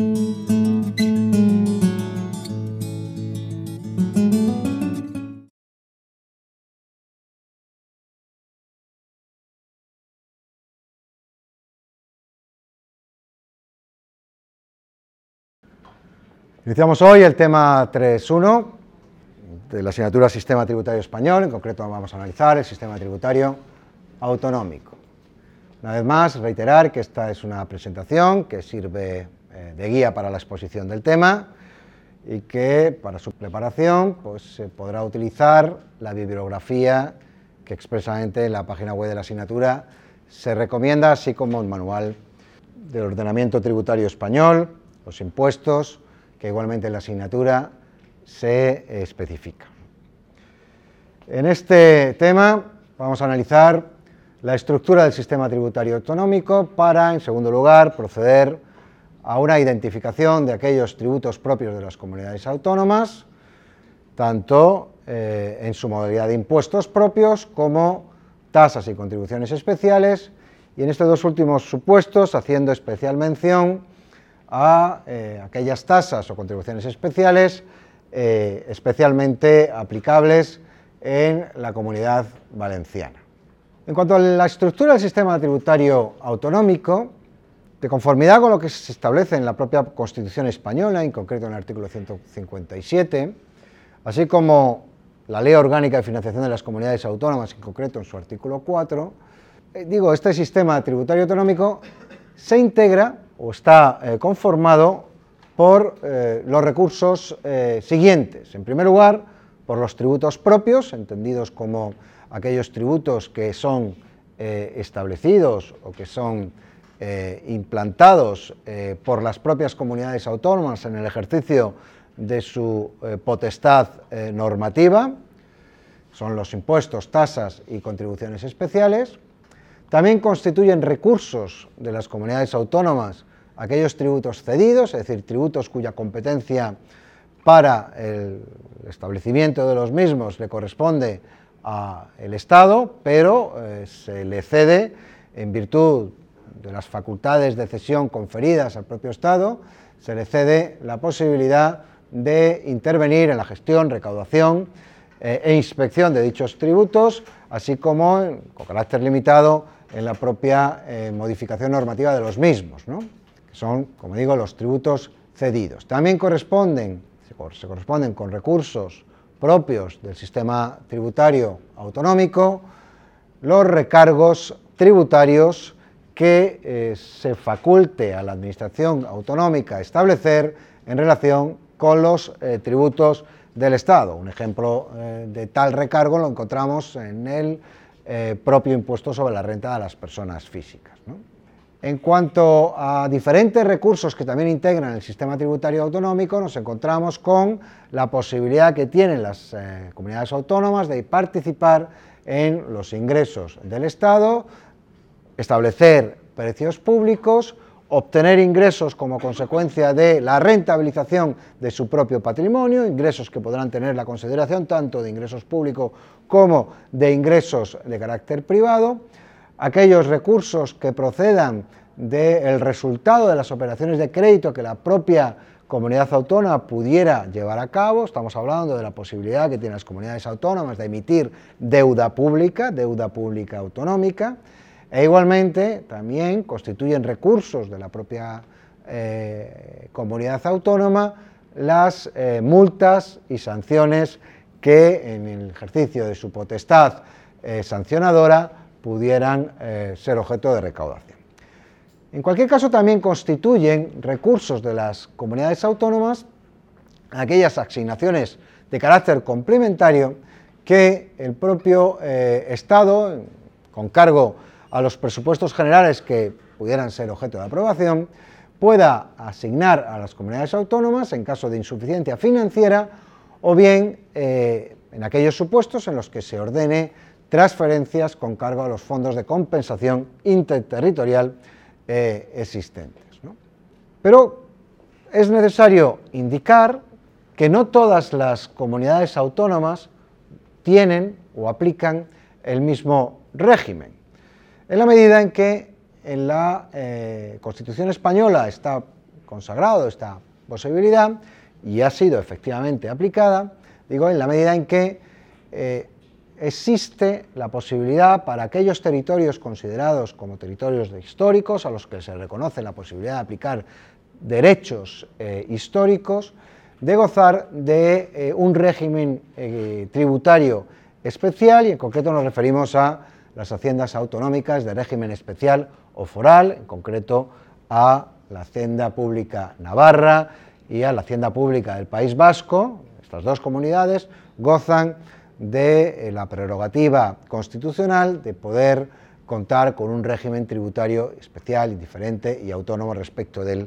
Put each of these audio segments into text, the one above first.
Iniciamos hoy el tema 3.1 de la asignatura Sistema Tributario Español. En concreto vamos a analizar el sistema tributario autonómico. Una vez más, reiterar que esta es una presentación que sirve de guía para la exposición del tema y que para su preparación se podrá utilizar la bibliografía que expresamente en la página web de la asignatura se recomienda, así como el manual del ordenamiento tributario español, los impuestos, que igualmente en la asignatura se especifica. En este tema vamos a analizar la estructura del sistema tributario autonómico para, en segundo lugar, proceder a una identificación de aquellos tributos propios de las comunidades autónomas, tanto en su modalidad de impuestos propios como tasas y contribuciones especiales, y en estos dos últimos supuestos haciendo especial mención a aquellas tasas o contribuciones especiales especialmente aplicables en la Comunidad Valenciana. En cuanto a la estructura del sistema tributario autonómico, de conformidad con lo que se establece en la propia Constitución española, en concreto en el artículo 157, así como la Ley Orgánica de Financiación de las Comunidades Autónomas, en concreto en su artículo 4, este sistema tributario autonómico se integra o está conformado por los recursos siguientes. En primer lugar, por los tributos propios, entendidos como aquellos tributos que son establecidos o que son implantados por las propias comunidades autónomas en el ejercicio de su potestad normativa, son los impuestos, tasas y contribuciones especiales. También constituyen recursos de las comunidades autónomas aquellos tributos cedidos, es decir, tributos cuya competencia para el establecimiento de los mismos le corresponde al Estado, pero se le cede en virtud de las facultades de cesión conferidas al propio Estado, se le cede la posibilidad de intervenir en la gestión, recaudación e inspección de dichos tributos, así como, con carácter limitado, en la propia modificación normativa de los mismos, ¿no? Que son, como digo, los tributos cedidos. También se corresponden con recursos propios del sistema tributario autonómico los recargos tributarios que se faculte a la Administración autonómica establecer en relación con los tributos del Estado. Un ejemplo de tal recargo lo encontramos en el propio impuesto sobre la renta de las personas físicas, ¿no? En cuanto a diferentes recursos que también integran el sistema tributario autonómico, nos encontramos con la posibilidad que tienen las comunidades autónomas de participar en los ingresos del Estado, establecer precios públicos, obtener ingresos como consecuencia de la rentabilización de su propio patrimonio, ingresos que podrán tener la consideración tanto de ingresos públicos como de ingresos de carácter privado, aquellos recursos que procedan del resultado de las operaciones de crédito que la propia comunidad autónoma pudiera llevar a cabo. Estamos hablando de la posibilidad que tienen las comunidades autónomas de emitir deuda pública autonómica, e igualmente también constituyen recursos de la propia comunidad autónoma las multas y sanciones que en el ejercicio de su potestad sancionadora pudieran ser objeto de recaudación. En cualquier caso, también constituyen recursos de las comunidades autónomas aquellas asignaciones de carácter complementario que el propio Estado, con cargo a los presupuestos generales que pudieran ser objeto de aprobación, pueda asignar a las comunidades autónomas en caso de insuficiencia financiera o bien en aquellos supuestos en los que se ordene transferencias con cargo a los fondos de compensación interterritorial existentes, ¿no? Pero es necesario indicar que no todas las comunidades autónomas tienen o aplican el mismo régimen, en la medida en que en la Constitución española está consagrado esta posibilidad y ha sido efectivamente aplicada, digo, en la medida en que existe la posibilidad para aquellos territorios considerados como territorios históricos, a los que se reconoce la posibilidad de aplicar derechos históricos, de gozar de un régimen tributario especial, y en concreto nos referimos a las haciendas autonómicas de régimen especial o foral, en concreto a la Hacienda Pública Navarra y a la Hacienda Pública del País Vasco. Estas dos comunidades gozan de la prerrogativa constitucional de poder contar con un régimen tributario especial, diferente y autónomo respecto del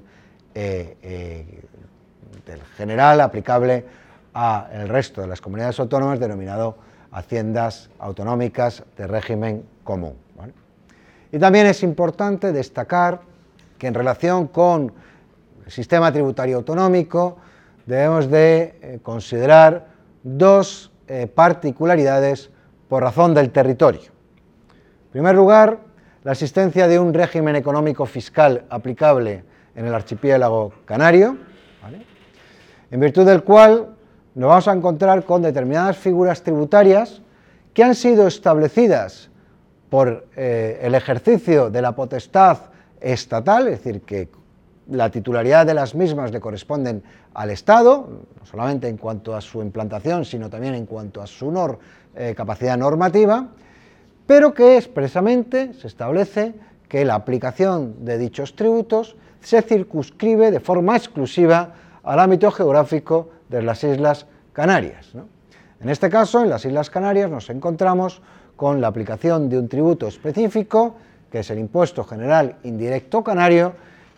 general aplicable al resto de las comunidades autónomas, denominado haciendas autonómicas de régimen común, ¿vale? Y también es importante destacar que en relación con el sistema tributario autonómico debemos de considerar dos particularidades por razón del territorio. En primer lugar, la existencia de un régimen económico fiscal aplicable en el archipiélago canario, ¿vale?, en virtud del cual nos vamos a encontrar con determinadas figuras tributarias que han sido establecidas por el ejercicio de la potestad estatal, es decir, que la titularidad de las mismas le corresponden al Estado, no solamente en cuanto a su implantación, sino también en cuanto a su capacidad normativa, pero que expresamente se establece que la aplicación de dichos tributos se circunscribe de forma exclusiva al ámbito geográfico de las Islas Canarias, ¿no? En este caso, en las Islas Canarias nos encontramos con la aplicación de un tributo específico, que es el Impuesto General Indirecto Canario,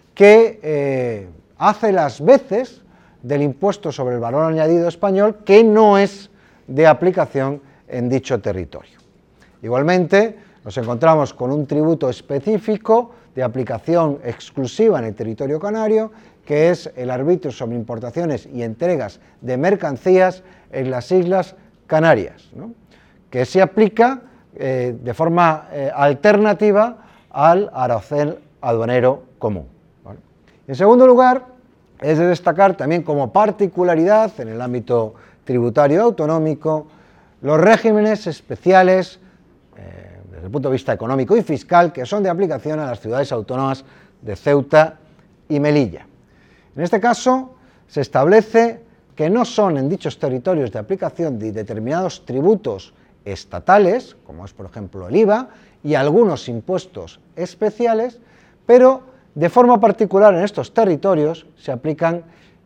que hace las veces del impuesto sobre el valor añadido español, que no es de aplicación en dicho territorio. Igualmente, nos encontramos con un tributo específico de aplicación exclusiva en el territorio canario, que es el arbitrio sobre importaciones y entregas de mercancías en las Islas Canarias, ¿no?, que se aplica de forma alternativa al arancel aduanero común, ¿vale? En segundo lugar, es de destacar también como particularidad en el ámbito tributario autonómico los regímenes especiales desde el punto de vista económico y fiscal que son de aplicación a las ciudades autónomas de Ceuta y Melilla. En este caso, se establece que no son en dichos territorios de aplicación de determinados tributos estatales, como es por ejemplo el IVA, y algunos impuestos especiales, pero de forma particular en estos territorios se aplican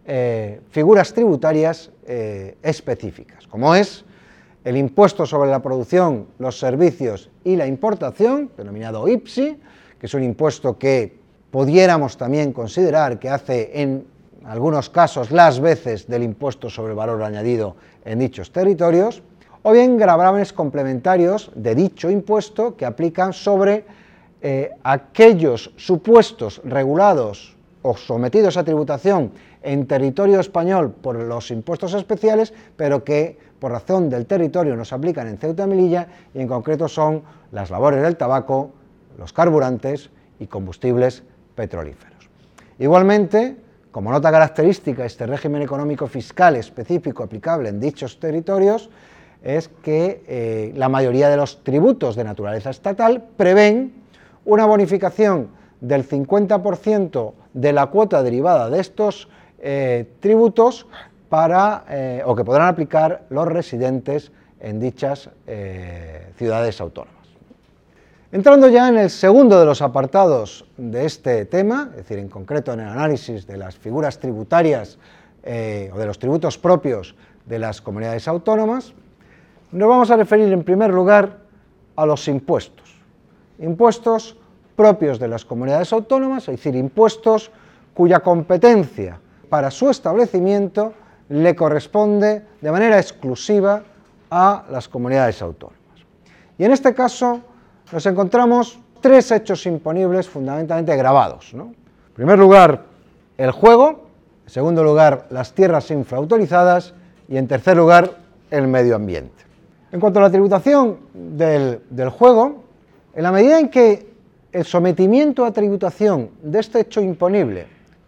figuras tributarias específicas, como es el impuesto sobre la producción, los servicios y la importación, denominado IPSI, que es un impuesto que pudiéramos también considerar que hace en algunos casos las veces del impuesto sobre el valor añadido en dichos territorios, o bien gravámenes complementarios de dicho impuesto que aplican sobre aquellos supuestos regulados o sometidos a tributación en territorio español por los impuestos especiales, pero que por razón del territorio nos aplican en Ceuta y Melilla, y en concreto son las labores del tabaco, los carburantes y combustibles petrolíferos. Igualmente, como nota característica de este régimen económico fiscal específico aplicable en dichos territorios, es que la mayoría de los tributos de naturaleza estatal prevén una bonificación del 50% de la cuota derivada de estos tributos o que podrán aplicar los residentes en dichas ciudades autónomas. Entrando ya en el segundo de los apartados de este tema, es decir, en concreto en el análisis de las figuras tributarias o de los tributos propios de las comunidades autónomas, nos vamos a referir en primer lugar a los impuestos propios de las comunidades autónomas, es decir, impuestos cuya competencia para su establecimiento le corresponde de manera exclusiva a las comunidades autónomas. Y en este caso nos encontramos tres hechos imponibles fundamentalmente gravados, ¿no? En primer lugar, el juego; en segundo lugar, las tierras infraautorizadas; y en tercer lugar, el medio ambiente. En cuanto a la tributación del juego, en la medida en que el sometimiento a tributación de este hecho imponible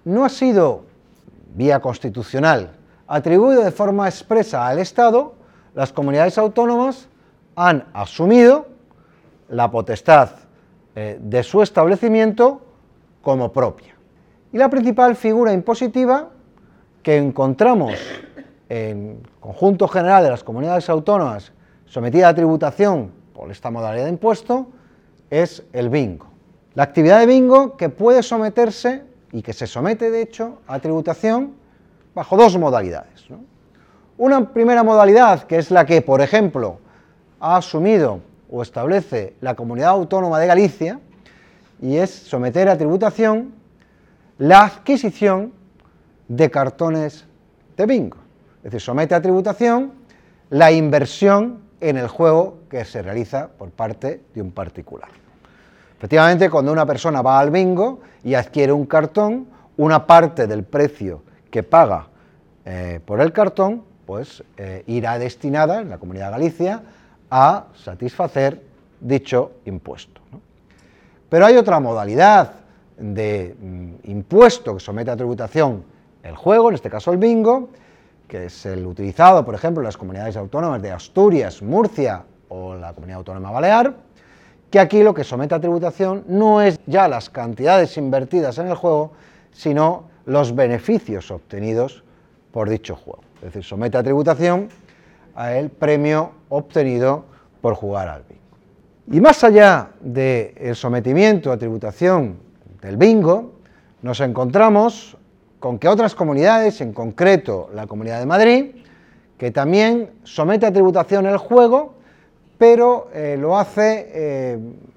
no ha sido, vía constitucional, atribuido de forma expresa al Estado, las comunidades autónomas han asumido la potestad de su establecimiento como propia. Y la principal figura impositiva que encontramos en el conjunto general de las comunidades autónomas sometidas a tributación por esta modalidad de impuesto es el bingo. La actividad de bingo que puede someterse, y que se somete de hecho, a tributación bajo dos modalidades, ¿no? Una primera modalidad, que es la que, por ejemplo, ha asumido o establece la Comunidad Autónoma de Galicia, y es someter a tributación la adquisición de cartones de bingo. Es decir, somete a tributación la inversión en el juego que se realiza por parte de un particular. Efectivamente, cuando una persona va al bingo y adquiere un cartón, una parte del precio que paga por el cartón, pues irá destinada en la Comunidad de Galicia a satisfacer dicho impuesto, ¿no? Pero hay otra modalidad de impuesto que somete a tributación el juego, en este caso el bingo, que es el utilizado, por ejemplo, en las comunidades autónomas de Asturias, Murcia o la Comunidad Autónoma Balear, que aquí lo que somete a tributación no es ya las cantidades invertidas en el juego, sino los beneficios obtenidos por dicho juego. Es decir, somete a tributación el premio obtenido por jugar al bingo. Y más allá del sometimiento a tributación del bingo, nos encontramos con que otras comunidades, en concreto la Comunidad de Madrid, que también somete a tributación el juego, pero lo hace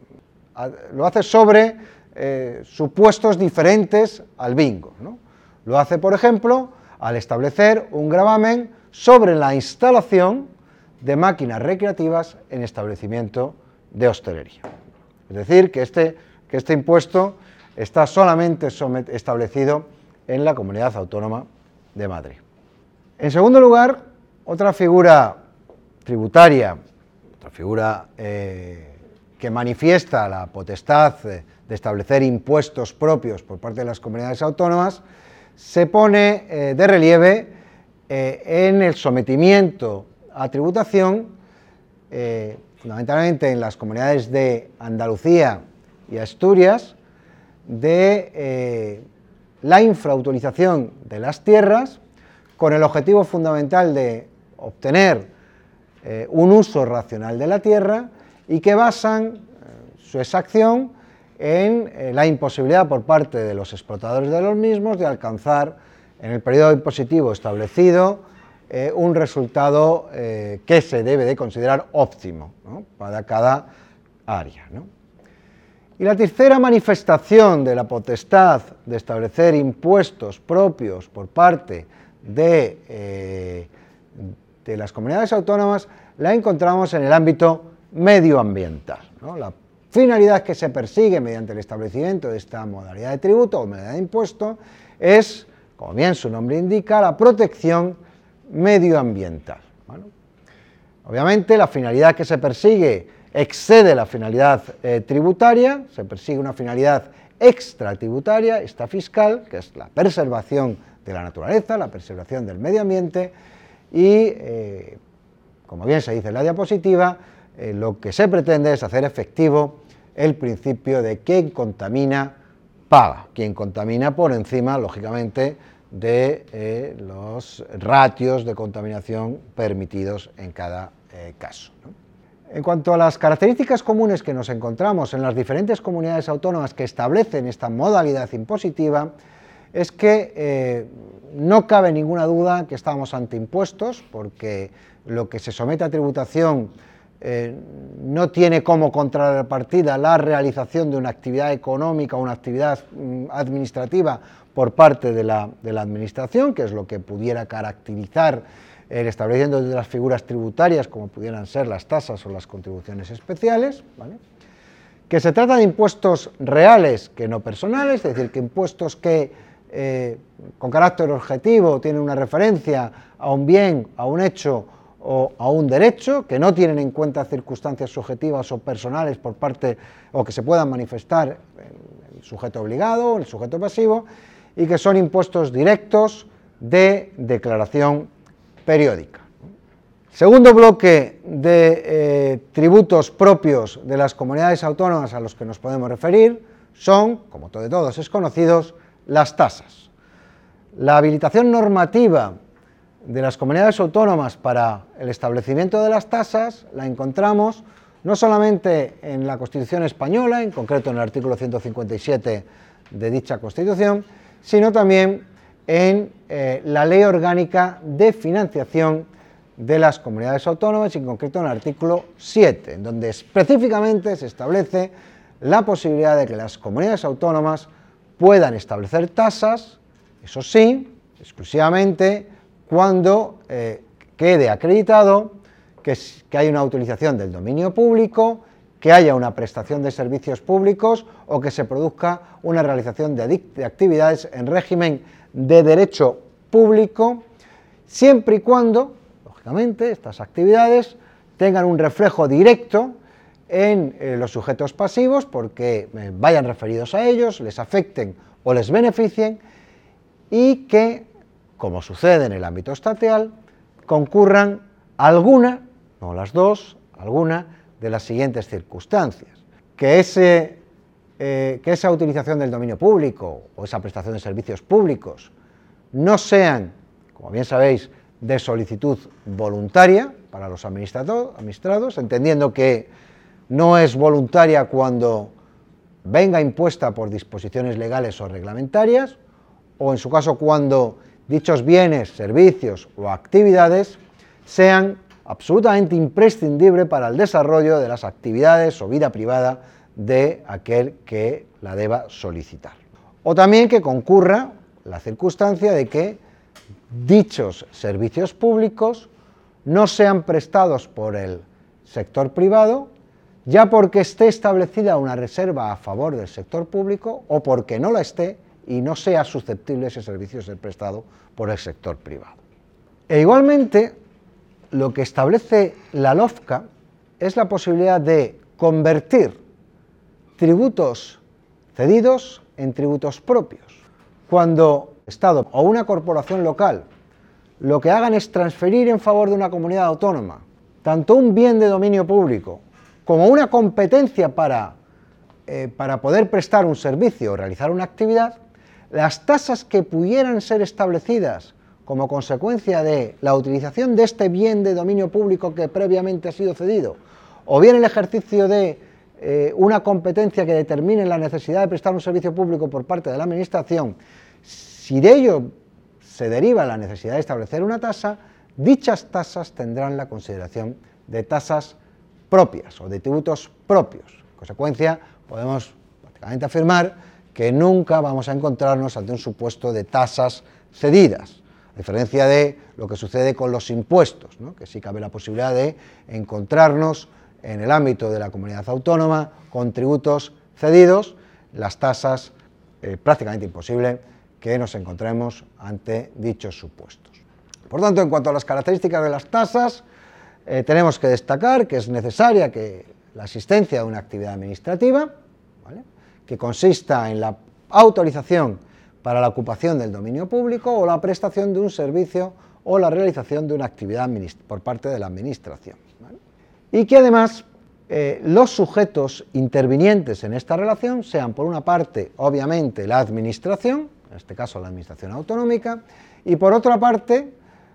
sobre supuestos diferentes al bingo, ¿no? Lo hace, por ejemplo, al establecer un gravamen sobre la instalación de máquinas recreativas en establecimiento de hostelería. Es decir, que este impuesto está solamente establecido en la Comunidad Autónoma de Madrid. En segundo lugar, otra figura tributaria, otra figura que manifiesta la potestad de establecer impuestos propios por parte de las comunidades autónomas, se pone de relieve en el sometimiento a tributación, fundamentalmente en las comunidades de Andalucía y Asturias, de la infrautilización de las tierras, con el objetivo fundamental de obtener un uso racional de la tierra, y que basan su exacción en la imposibilidad por parte de los explotadores de los mismos de alcanzar en el periodo impositivo establecido un resultado que se debe de considerar óptimo, ¿no?, para cada área, ¿no? Y la tercera manifestación de la potestad de establecer impuestos propios por parte de las comunidades autónomas la encontramos en el ámbito medioambiental, ¿no? La finalidad que se persigue mediante el establecimiento de esta modalidad de tributo o modalidad de impuesto es, como bien su nombre indica, la protección medioambiental. Bueno, obviamente la finalidad que se persigue excede la finalidad tributaria, se persigue una finalidad extratributaria, esta fiscal, que es la preservación de la naturaleza, la preservación del medio ambiente y, como bien se dice en la diapositiva, lo que se pretende es hacer efectivo el principio de quien contamina paga, quien contamina por encima, lógicamente, de los ratios de contaminación permitidos en cada caso, ¿no? En cuanto a las características comunes que nos encontramos en las diferentes comunidades autónomas que establecen esta modalidad impositiva, es que no cabe ninguna duda que estamos ante impuestos, porque lo que se somete a tributación no tiene como contrapartida la realización de una actividad económica o una actividad administrativa por parte de la administración, que es lo que pudiera caracterizar el establecimiento de las figuras tributarias, como pudieran ser las tasas o las contribuciones especiales, ¿vale? Que se trata de impuestos reales que no personales, es decir, que impuestos que con carácter objetivo tienen una referencia a un bien, a un hecho o a un derecho, que no tienen en cuenta circunstancias subjetivas o personales por parte, o que se puedan manifestar en el sujeto obligado o en el sujeto pasivo, y que son impuestos directos de declaración periódica. Segundo bloque de tributos propios de las comunidades autónomas a los que nos podemos referir son, como de todos es conocidos, las tasas. La habilitación normativa de las comunidades autónomas para el establecimiento de las tasas la encontramos no solamente en la Constitución española, en concreto en el artículo 157 de dicha Constitución, sino también en la Ley Orgánica de Financiación de las Comunidades Autónomas, y en concreto en el artículo 7, en donde específicamente se establece la posibilidad de que las comunidades autónomas puedan establecer tasas, eso sí, exclusivamente cuando quede acreditado que hay una utilización del dominio público, que haya una prestación de servicios públicos o que se produzca una realización de actividades en régimen de derecho público, siempre y cuando, lógicamente, estas actividades tengan un reflejo directo en los sujetos pasivos, porque vayan referidos a ellos, les afecten o les beneficien, y que, como sucede en el ámbito estatal, concurran alguna, no las dos, alguna de las siguientes circunstancias: que esa utilización del dominio público o esa prestación de servicios públicos no sean, como bien sabéis, de solicitud voluntaria para los administrados, entendiendo que no es voluntaria cuando venga impuesta por disposiciones legales o reglamentarias, o en su caso cuando dichos bienes, servicios o actividades sean absolutamente imprescindibles para el desarrollo de las actividades o vida privada de aquel que la deba solicitar. O también que concurra la circunstancia de que dichos servicios públicos no sean prestados por el sector privado, ya porque esté establecida una reserva a favor del sector público o porque no la esté y no sea susceptible ese servicio de ser prestado por el sector privado. E igualmente, lo que establece la LOFCA es la posibilidad de convertir tributos cedidos en tributos propios. Cuando el Estado o una corporación local lo que hagan es transferir en favor de una comunidad autónoma tanto un bien de dominio público como una competencia para poder prestar un servicio o realizar una actividad, las tasas que pudieran ser establecidas como consecuencia de la utilización de este bien de dominio público que previamente ha sido cedido, o bien el ejercicio de una competencia que determine la necesidad de prestar un servicio público por parte de la Administración, si de ello se deriva la necesidad de establecer una tasa, dichas tasas tendrán la consideración de tasas propias o de tributos propios. En consecuencia, podemos prácticamente afirmar que nunca vamos a encontrarnos ante un supuesto de tasas cedidas, a diferencia de lo que sucede con los impuestos, ¿no?, que sí cabe la posibilidad de encontrarnos en el ámbito de la comunidad autónoma con tributos cedidos. Las tasas, prácticamente imposible que nos encontremos ante dichos supuestos. Por tanto, en cuanto a las características de las tasas, tenemos que destacar que es necesaria la existencia de una actividad administrativa, ¿vale?, que consista en la autorización para la ocupación del dominio público o la prestación de un servicio o la realización de una actividad por parte de la Administración, ¿vale?, y que además los sujetos intervinientes en esta relación sean, por una parte, obviamente, la Administración, en este caso la Administración autonómica, y por otra parte,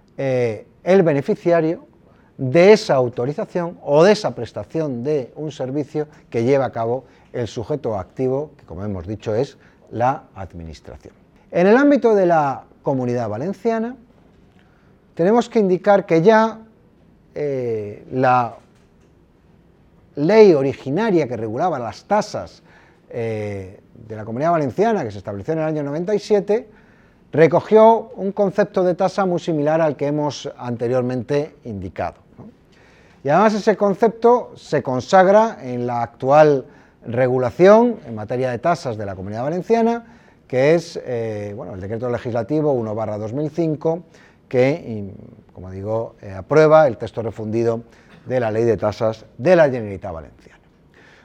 el beneficiario de esa autorización o de esa prestación de un servicio que lleva a cabo el sujeto activo, que, como hemos dicho, es la Administración. En el ámbito de la Comunidad Valenciana, tenemos que indicar que ya la ley originaria que regulaba las tasas de la Comunidad Valenciana, que se estableció en el año 97, recogió un concepto de tasa muy similar al que hemos anteriormente indicado, ¿no? Y además ese concepto se consagra en la actual regulación en materia de tasas de la Comunidad Valenciana, que es el decreto legislativo 1/2005, que, como digo, aprueba el texto refundido de la Ley de Tasas de la Generalitat Valenciana.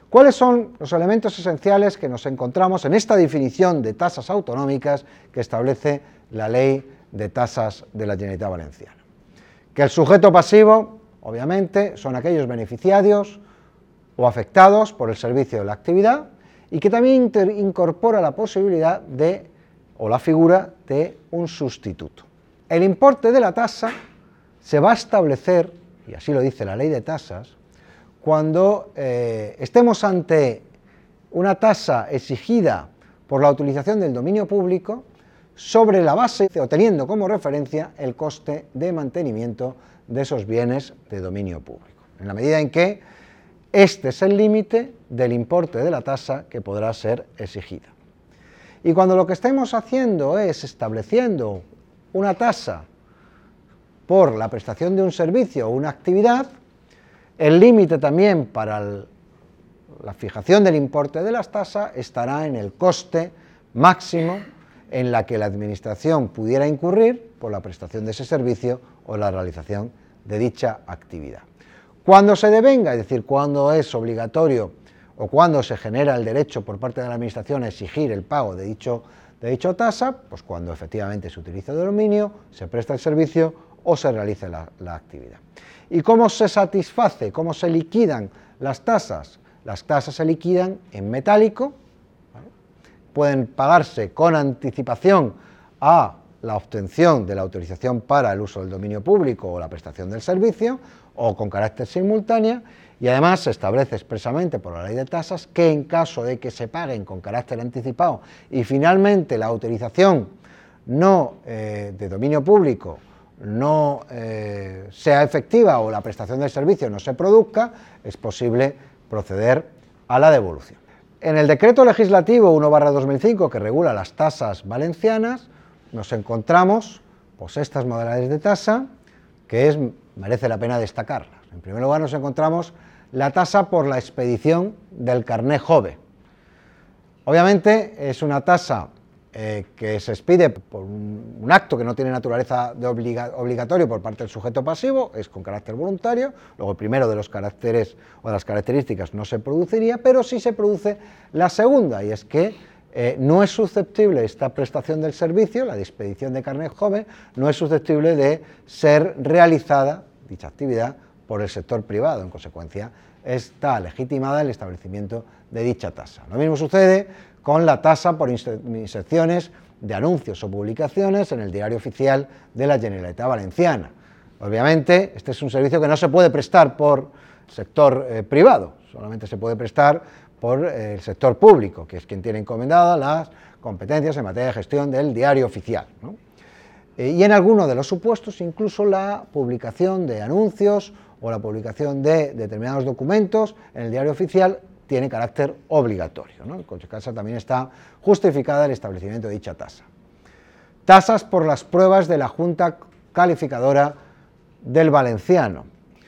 ¿Cuáles son los elementos esenciales que nos encontramos en esta definición de tasas autonómicas que establece la Ley de Tasas de la Generalitat Valenciana? Que el sujeto pasivo, obviamente, son aquellos beneficiarios o afectados por el servicio de la actividad, y que también incorpora la posibilidad de, o la figura de un sustituto. El importe de la tasa se va a establecer, y así lo dice la Ley de Tasas, cuando estemos ante una tasa exigida por la utilización del dominio público sobre la base o teniendo como referencia el coste de mantenimiento de esos bienes de dominio público, en la medida en que este es el límite del importe de la tasa que podrá ser exigida. Y cuando lo que estemos haciendo es estableciendo una tasa por la prestación de un servicio o una actividad, el límite también para la fijación del importe de las tasas estará en el coste máximo en la que la Administración pudiera incurrir por la prestación de ese servicio o la realización de dicha actividad. Cuando se devenga, es decir, cuando es obligatorio o cuando se genera el derecho por parte de la Administración a exigir el pago de dicha tasa, pues cuando efectivamente se utiliza el dominio, se presta el servicio o se realiza la actividad. ¿Y cómo se satisface, cómo se liquidan las tasas? Las tasas se liquidan en metálico, ¿vale? Pueden pagarse con anticipación a la obtención de la autorización para el uso del dominio público o la prestación del servicio, o con carácter simultáneo, y además se establece expresamente por la Ley de Tasas que en caso de que se paguen con carácter anticipado y finalmente la autorización de dominio público no sea efectiva o la prestación del servicio no se produzca, es posible proceder a la devolución. En el decreto legislativo 1/2005 que regula las tasas valencianas nos encontramos pues estas modalidades de tasa que merece la pena destacarlas. En primer lugar nos encontramos la tasa por la expedición del carné jove. Obviamente es una tasa que se expide por un acto que no tiene naturaleza de obligatorio por parte del sujeto pasivo, es con carácter voluntario, luego el primero de los caracteres o de las características no se produciría, pero sí se produce la segunda, y es que no es susceptible esta prestación del servicio, la de expedición de carné jove, no es susceptible de ser realizada, dicha actividad, por el sector privado. En consecuencia, está legitimada el establecimiento de dicha tasa. Lo mismo sucede con la tasa por inserciones de anuncios o publicaciones en el Diario Oficial de la Generalitat Valenciana. Obviamente, este es un servicio que no se puede prestar por sector privado, solamente se puede prestar por el sector público, que es quien tiene encomendadas las competencias en materia de gestión del Diario Oficial, ¿no? Y en algunos de los supuestos, incluso la publicación de anuncios o la publicación de determinados documentos en el Diario Oficial tiene carácter obligatorio, ¿no? En consecuencia también está justificada el establecimiento de dicha tasa. Tasas por las pruebas de la Junta Calificadora del Valenciano.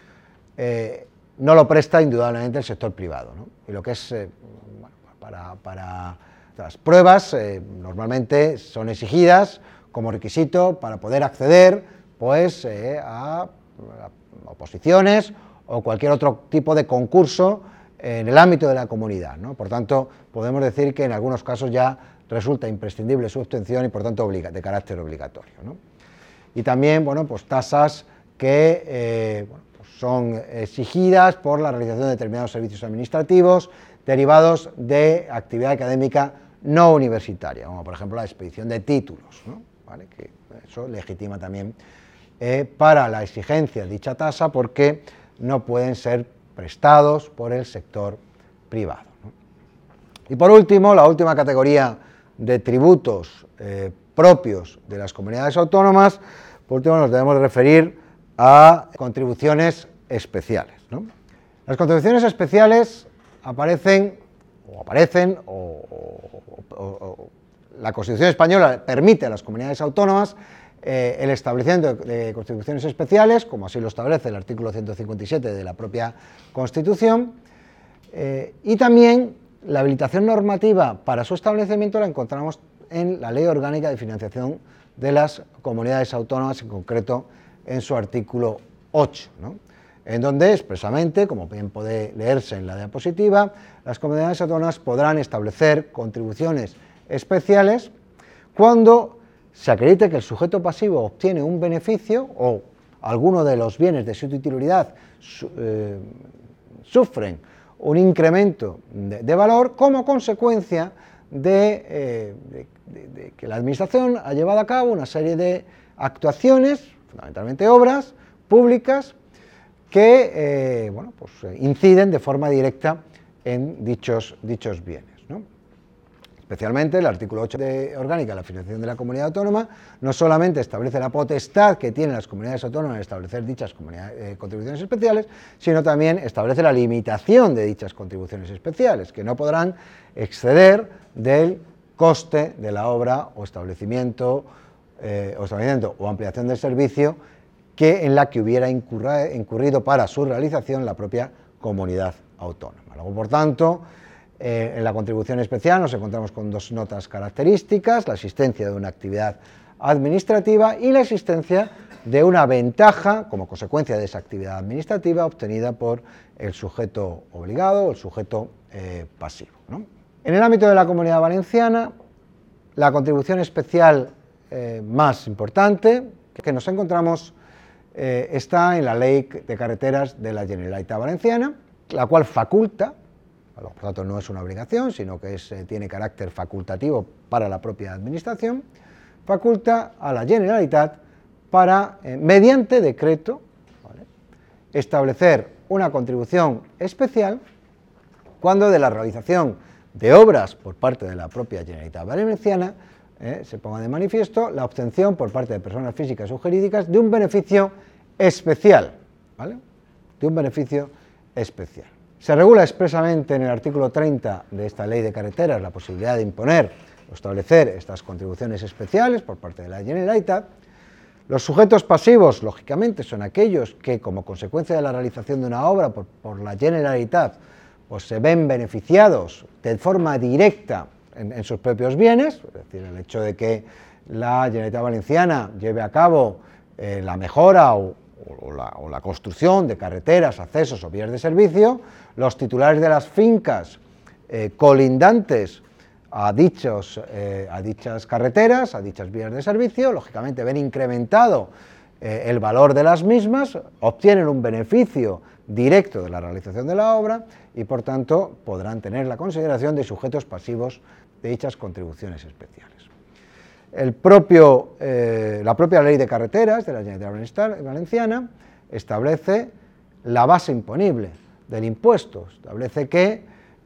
No lo presta indudablemente el sector privado, ¿no? Y lo que es, para las pruebas normalmente son exigidas como requisito para poder acceder pues, a oposiciones o cualquier otro tipo de concurso en el ámbito de la comunidad, ¿no? Por tanto, podemos decir que en algunos casos ya resulta imprescindible su obtención y por tanto de carácter obligatorio, ¿no? Y también, bueno, pues tasas que son exigidas por la realización de determinados servicios administrativos derivados de actividad académica no universitaria, como por ejemplo la expedición de títulos, ¿no? ¿Vale? Que eso legitima también para la exigencia de dicha tasa porque no pueden ser prestados por el sector privado, ¿no? Y por último, la última categoría de tributos propios de las comunidades autónomas, por último nos debemos referir a contribuciones especiales, ¿no? Las contribuciones especiales aparecen, la Constitución española permite a las comunidades autónomas el establecimiento de contribuciones especiales, como así lo establece el artículo 157 de la propia Constitución, y también la habilitación normativa para su establecimiento la encontramos en la Ley Orgánica de Financiación de las Comunidades Autónomas, en concreto en su artículo 8, ¿no? en donde expresamente, como bien puede leerse en la diapositiva, las comunidades autónomas podrán establecer contribuciones especiales cuando se acredite que el sujeto pasivo obtiene un beneficio o alguno de los bienes de su titularidad sufren un incremento de valor como consecuencia de que la Administración ha llevado a cabo una serie de actuaciones, fundamentalmente obras públicas, que inciden de forma directa en dichos bienes, ¿no? Especialmente el artículo 8 de orgánica de la financiación de la comunidad autónoma no solamente establece la potestad que tienen las comunidades autónomas de establecer dichas contribuciones especiales, sino también establece la limitación de dichas contribuciones especiales, que no podrán exceder del coste de la obra o establecimiento o ampliación del servicio en la que hubiera incurrido para su realización la propia comunidad autónoma. Luego, por tanto, en la contribución especial nos encontramos con dos notas características: la existencia de una actividad administrativa y la existencia de una ventaja como consecuencia de esa actividad administrativa obtenida por el sujeto obligado o el sujeto pasivo, ¿no? En el ámbito de la Comunidad Valenciana, la contribución especial más importante que nos encontramos está en la Ley de Carreteras de la Generalitat Valenciana, la cual faculta, por lo tanto no es una obligación, sino que tiene carácter facultativo para la propia Administración, faculta a la Generalitat para, mediante decreto, ¿vale?, establecer una contribución especial cuando de la realización de obras por parte de la propia Generalitat Valenciana se ponga de manifiesto la obtención por parte de personas físicas o jurídicas de un beneficio especial, ¿vale?, de un beneficio especial. Se regula expresamente en el artículo 30 de esta Ley de Carreteras la posibilidad de imponer o establecer estas contribuciones especiales por parte de la Generalitat. Los sujetos pasivos, lógicamente, son aquellos que, como consecuencia de la realización de una obra por la Generalitat, pues se ven beneficiados de forma directa en sus propios bienes, es decir, el hecho de que la Generalitat Valenciana lleve a cabo la mejora o la construcción de carreteras, accesos o vías de servicio. Los titulares de las fincas colindantes a dichas carreteras, a dichas vías de servicio, lógicamente ven incrementado el valor de las mismas, obtienen un beneficio directo de la realización de la obra y, por tanto, podrán tener la consideración de sujetos pasivos de dichas contribuciones especiales. La propia Ley de Carreteras de la Generalitat Valenciana establece la base imponible del impuesto, establece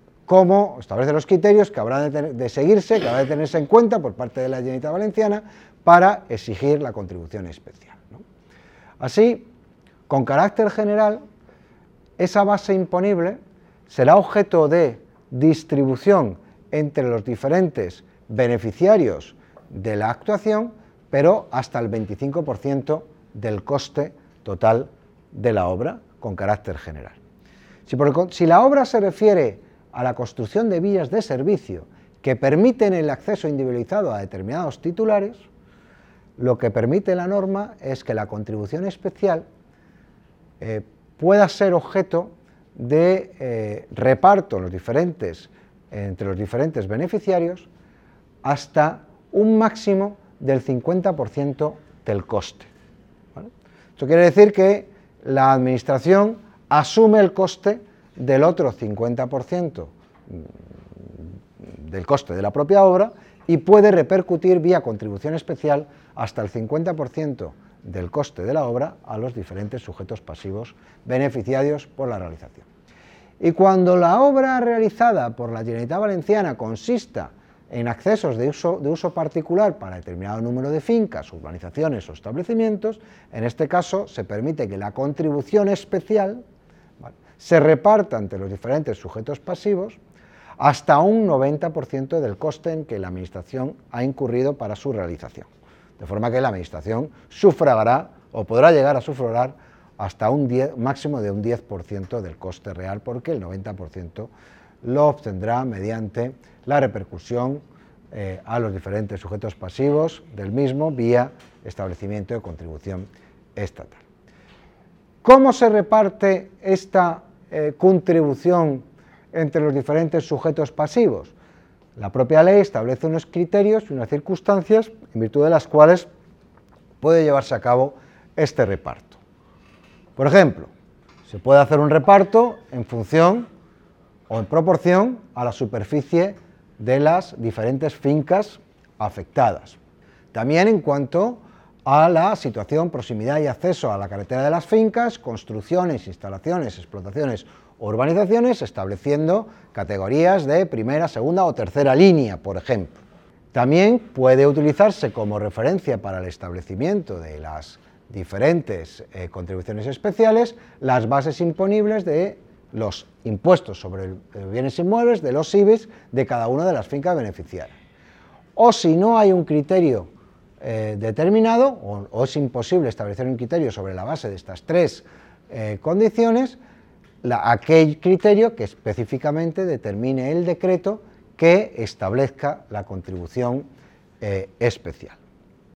los criterios que habrán de seguirse, que habrá de tenerse en cuenta por parte de la Generalitat Valenciana para exigir la contribución especial, ¿no? Así, con carácter general, esa base imponible será objeto de distribución entre los diferentes beneficiarios de la actuación, pero hasta el 25% del coste total de la obra, con carácter general. Si la obra se refiere a la construcción de vías de servicio que permiten el acceso individualizado a determinados titulares, lo que permite la norma es que la contribución especial pueda ser objeto de reparto entre los diferentes beneficiarios hasta un máximo del 50% del coste, ¿vale? Esto quiere decir que la Administración asume el coste del otro 50% del coste de la propia obra y puede repercutir vía contribución especial hasta el 50% del coste de la obra a los diferentes sujetos pasivos beneficiarios por la realización. Y cuando la obra realizada por la Generalitat Valenciana consista en accesos de uso particular para determinado número de fincas, urbanizaciones o establecimientos, en este caso se permite que la contribución especial, ¿vale?, se reparta entre los diferentes sujetos pasivos hasta un 90% del coste en que la Administración ha incurrido para su realización. De forma que la Administración sufragará o podrá llegar a sufragar hasta un máximo de un 10% del coste real, porque el 90% lo obtendrá mediante la repercusión a los diferentes sujetos pasivos del mismo vía establecimiento de contribución estatal. ¿Cómo se reparte esta contribución entre los diferentes sujetos pasivos? La propia ley establece unos criterios y unas circunstancias en virtud de las cuales puede llevarse a cabo este reparto. Por ejemplo, se puede hacer un reparto en función o en proporción a la superficie de las diferentes fincas afectadas. También en cuanto a la situación, proximidad y acceso a la carretera de las fincas, construcciones, instalaciones, explotaciones o urbanizaciones, estableciendo categorías de primera, segunda o tercera línea, por ejemplo. También puede utilizarse como referencia para el establecimiento de las diferentes contribuciones especiales las bases imponibles de los impuestos sobre bienes inmuebles, de los IBIs, de cada una de las fincas beneficiarias. O si no hay un criterio determinado, o es imposible establecer un criterio sobre la base de estas tres condiciones, aquel criterio que específicamente determine el decreto que establezca la contribución especial.